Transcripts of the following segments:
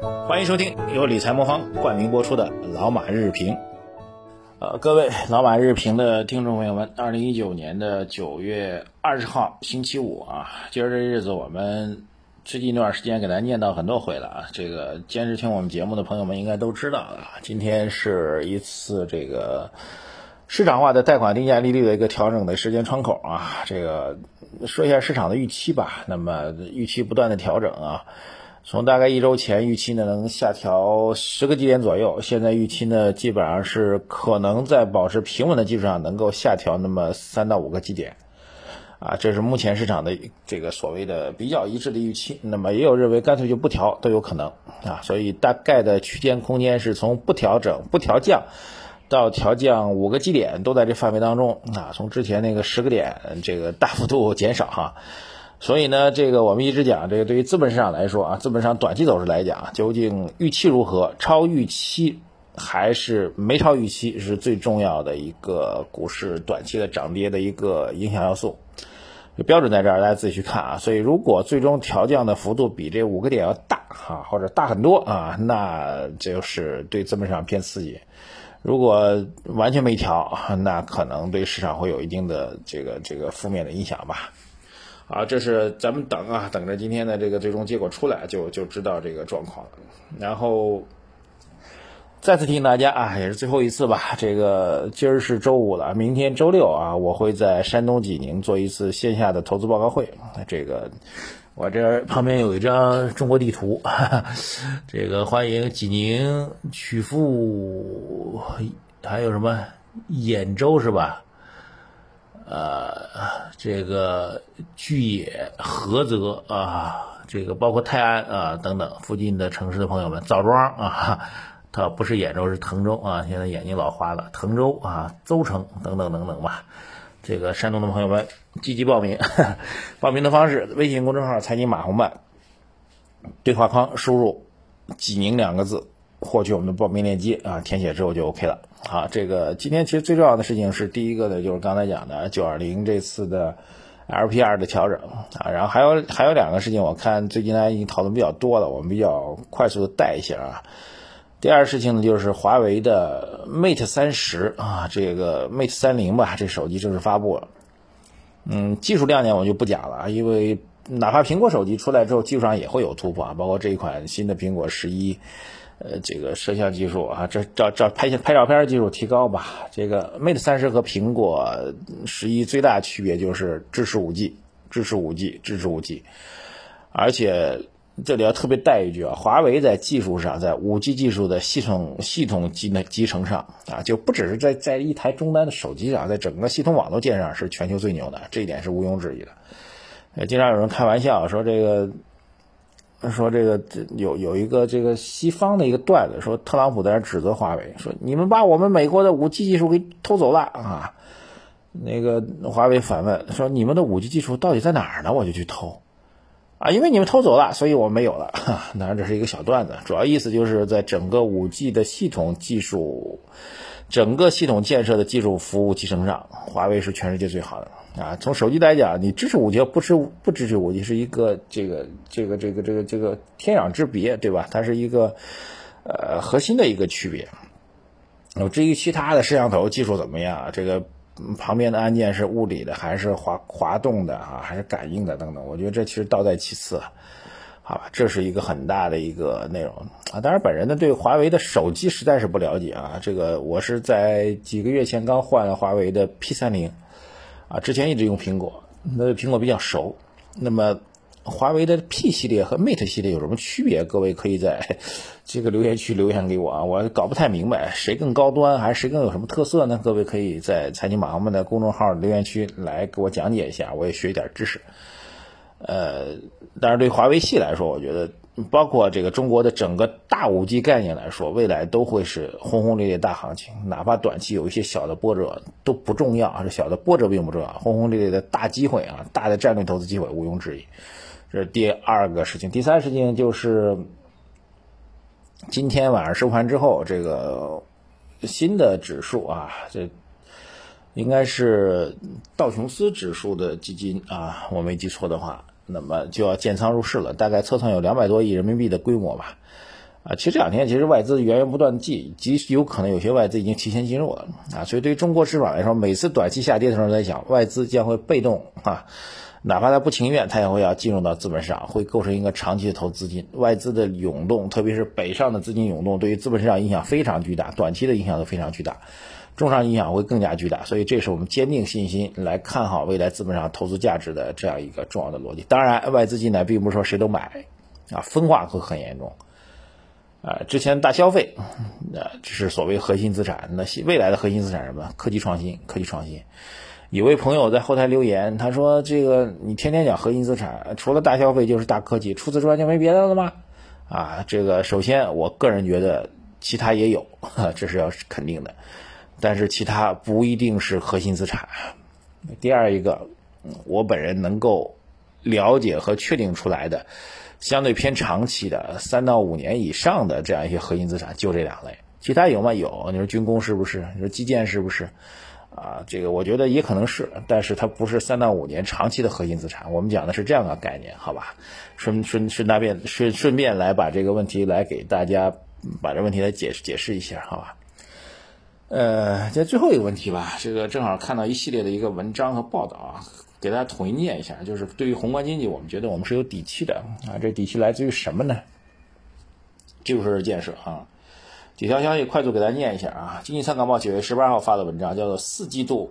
欢迎收听由理财魔方冠名播出的老马日评。各位老马日评的听众朋友们，2019年的9月20号星期五啊，今儿这日子我们最近一段时间给大家念叨很多回了啊，这个坚持听我们节目的朋友们应该都知道了。今天是一次这个市场化的贷款定价利率的一个调整的时间窗口啊，这个说一下市场的预期吧。那么预期不断的调整啊，从大概一周前预期呢能下调10个基点左右，现在预期呢基本上是可能在保持平稳的基础上能够下调那么3到5个基点啊，这是目前市场的这个所谓的比较一致的预期。那么也有认为干脆就不调都有可能啊，所以大概的区间空间是从不调整不调降到调降5个基点，都在这范围当中啊，从之前那个10个点这个大幅度减少哈。所以呢，这个我们一直讲，这个对于资本市场来说啊，资本市场短期走势来讲，究竟预期如何，超预期还是没超预期，是最重要的一个股市短期的涨跌的一个影响要素。标准在这儿，大家自己去看啊。所以如果最终调降的幅度比这5个点要大啊，或者大很多啊，那就是对资本市场偏刺激。如果完全没调，那可能对市场会有一定的这个负面的影响吧。啊，这是咱们等着今天的这个最终结果出来就知道这个状况了。然后再次提醒大家啊，也是最后一次吧，这个今儿是周五了，明天周六啊，我会在山东济宁做一次线下的投资报告会。这个我这旁边有一张中国地图，这个欢迎济宁、曲阜，还有什么兖州是吧？这个巨野、菏泽啊，这个包括泰安啊等等附近的城市的朋友们，枣庄啊，它不是兖州是滕州啊，现在眼睛老花了，滕州啊、邹城等等等等吧。这个山东的朋友们积极报名，报名的方式：微信公众号财经马红漫，对话框输入济宁2个字，获取我们的报名链接啊，填写之后就 OK 了。好，这个今天其实最重要的事情是第一个呢，就是刚才讲的920这次的 LPR 的调整啊，然后还有2个事情，我看最近大家已经讨论比较多了，我们比较快速的带一下啊。第二个事情呢，就是华为的 Mate 30啊，这个 Mate 30吧，这手机正式发布了。技术亮点我就不讲了，因为哪怕苹果手机出来之后，技术上也会有突破啊，包括这一款新的苹果11。这个摄像技术啊，这拍照片技术提高吧。这个 Mate 30和苹果11最大区别就是支持 5G， 而且这里要特别带一句啊，华为在技术上，在 5G 技术的系统集成上啊，就不只是在一台终端的手机上，在整个系统网络件上是全球最牛的，这一点是毋庸置疑的。经常有人开玩笑说这个有一个这个西方的一个段子，说特朗普在那指责华为，说你们把我们美国的 5G 技术给偷走了啊。那个华为反问说，你们的 5G 技术到底在哪儿呢？我就去偷啊，因为你们偷走了，所以我没有了。当然这是一个小段子，主要意思就是在整个 5G 的系统技术、整个系统建设的技术服务集成上，华为是全世界最好的。啊，从手机来讲，你支持 5G 和不支持 5G 是一个这个天壤之别，对吧？它是一个核心的一个区别。至于其他的摄像头技术怎么样，这个旁边的按键是物理的还是滑动的啊，还是感应的等等，我觉得这其实倒在其次。好吧，这是一个很大的一个内容啊。当然本人呢对华为的手机实在是不了解啊，这个我是在几个月前刚换了华为的 P30。啊，之前一直用苹果，那苹果比较熟。那么华为的 P 系列和 Mate 系列有什么区别？各位可以在这个留言区留言给我啊，我搞不太明白谁更高端还是谁更有什么特色呢？各位可以在财经马红漫的公众号留言区来给我讲解一下，我也学一点知识。当然对华为系来说，我觉得包括这个中国的整个大 5G 概念来说，未来都会是轰轰烈烈大行情，哪怕短期有一些小的波折都不重要，这小的波折并不重要，轰轰烈烈的大机会啊，大的战略投资机会毋庸置疑。这是第二个事情。第三事情就是今天晚上收盘之后，这个新的指数啊，这应该是道琼斯指数的基金啊，我没记错的话，那么就要建仓入市了，大概测算有200多亿人民币的规模吧。 其实这2天其实外资源源不断进，极有可能有些外资已经提前进入了所以对于中国市场来说，每次短期下跌的时候在想，外资将会被动哪怕他不情愿，他也会要进入到资本市场，会构成一个长期的投资金。外资的涌动，特别是北上的资金涌动，对于资本市场影响非常巨大，短期的影响都非常巨大，中长影响会更加巨大。所以这是我们坚定信心来看好未来资本上投资价值的这样一个重要的逻辑。当然，外资进来并不是说谁都买分化会很严重。之前大消费，这是所谓核心资产。那未来的核心资产是什么？科技创新。有位朋友在后台留言，他说：“这个你天天讲核心资产，除了大消费就是大科技，除此之外就没别的了吗？”这个首先我个人觉得其他也有，这是要肯定的，但是其他不一定是核心资产。第二一个，我本人能够了解和确定出来的。相对偏长期的3到5年以上的这样一些核心资产就这2类，其他有吗？有。你说军工是不是？你说基建是不是？这个我觉得也可能是，但是它不是3到5年长期的核心资产。我们讲的是这样的概念，好吧？顺便来把这个问题来给大家把这问题来解释一下，好吧？这最后一个问题吧，这个正好看到一系列的一个文章和报道给大家统一念一下，就是对于宏观经济，我们觉得我们是有底气的这底气来自于什么呢？基础设施建设几条消息快速给大家念一下经济参考报9月18号发的文章，叫做四季度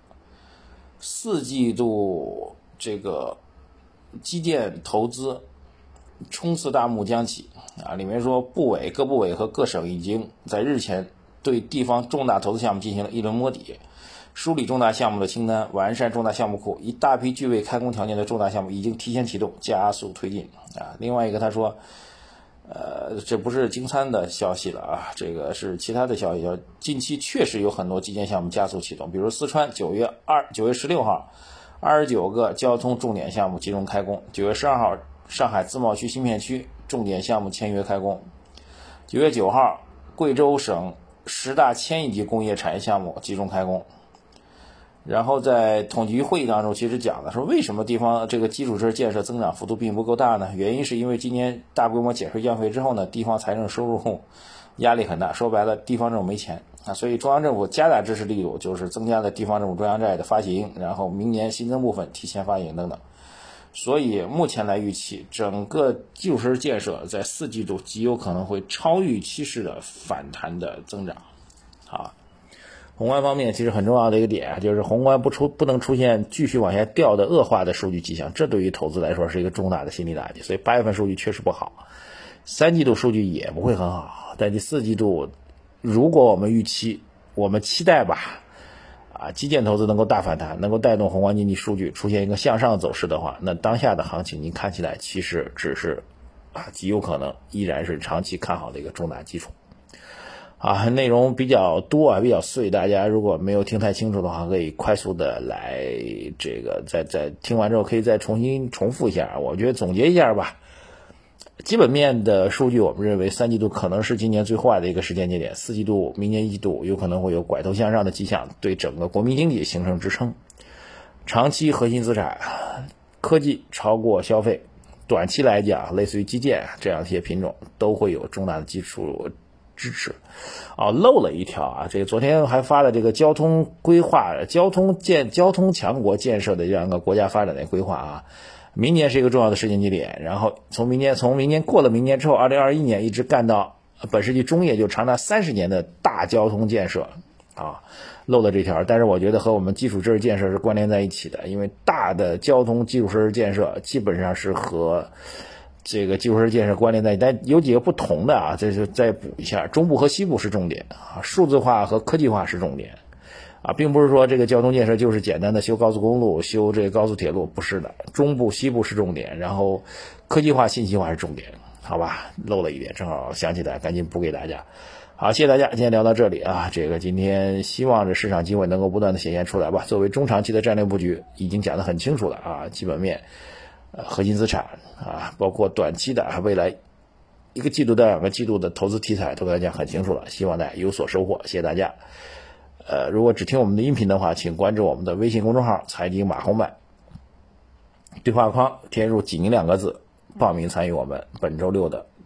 这个基建投资冲刺大幕将起里面说各部委和各省已经在日前对地方重大投资项目进行了一轮摸底，梳理重大项目的清单，完善重大项目库，一大批具备开工条件的重大项目已经提前启动，加速推进另外一个他说这不是京参的消息了这个是其他的消息，近期确实有很多基建项目加速启动，比如四川9月16号29个交通重点项目集中开工，9月12号上海自贸区新片区重点项目签约开工，9月9号贵州省10大千亿级工业产业项目集中开工。然后在统计局会议当中其实讲了说，为什么地方这个基础设施建设增长幅度并不够大呢？原因是因为今年大规模减税降费之后呢，地方财政收入压力很大，说白了地方政府没钱所以中央政府加大支持力度，就是增加了地方政府中央债的发行，然后明年新增部分提前发行等等。所以目前来预期，整个基础设施建设在4季度极有可能会超预期式的反弹的增长宏观方面其实很重要的一个点就是宏观不能出现继续往下掉的恶化的数据迹象，这对于投资来说是一个重大的心理打击。所以8月份数据确实不好，3季度数据也不会很好，但第4季度如果我们期待吧基建投资能够大反弹，能够带动宏观经济数据出现一个向上走势的话，那当下的行情您看起来其实只是极有可能依然是长期看好的一个重大基础内容比较多比较碎，大家如果没有听太清楚的话，可以快速的来这个在听完之后可以再重新重复一下。我觉得总结一下吧，基本面的数据我们认为3季度可能是今年最坏的一个时间节点，4季度明年1季度有可能会有拐头向上的迹象，对整个国民经济形成支撑。长期核心资产科技超过消费，短期来讲类似于基建这样一些品种都会有重大的基础支持漏了一条这个昨天还发了这个交通规划交通强国建设的这样一个国家发展的规划明年是一个重要的时间节点，然后从明年过了明年之后2021年一直干到本世纪中叶，就长达30年的大交通建设漏了这条，但是我觉得和我们基础设施建设是关联在一起的，因为大的交通基础设施建设基本上是和这个基础设施建设关联在一起，但有几个不同的这就再补一下，中部和西部是重点数字化和科技化是重点并不是说这个交通建设就是简单的修高速公路修这个高速铁路，不是的，中部西部是重点，然后科技化信息化是重点，好吧，漏了一点正好想起来赶紧补给大家。好，谢谢大家，今天聊到这里这个今天希望这市场机会能够不断的显现出来吧。作为中长期的战略布局已经讲得很清楚了基本面核心资产包括短期的未来1个季度到2个季度的投资题材都跟大家很清楚了，希望大家有所收获，谢谢大家。如果只听我们的音频的话，请关注我们的微信公众号财经马红漫，对话框填入济宁2个字，报名参与我们本周6的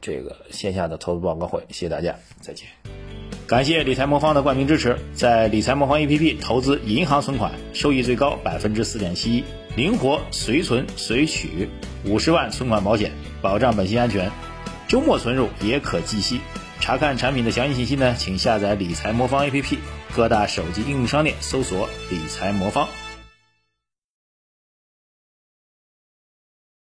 这个线下的投资报告会。谢谢大家，再见。感谢理财魔方的冠名支持，在理财魔方 APP 投资银行存款，收益最高 4.71%， 灵活随存随取，50万存款保险，保障本金安全，周末存入也可计息。查看产品的详细信息呢，请下载理财魔方 APP， 各大手机应用商店搜索理财魔方。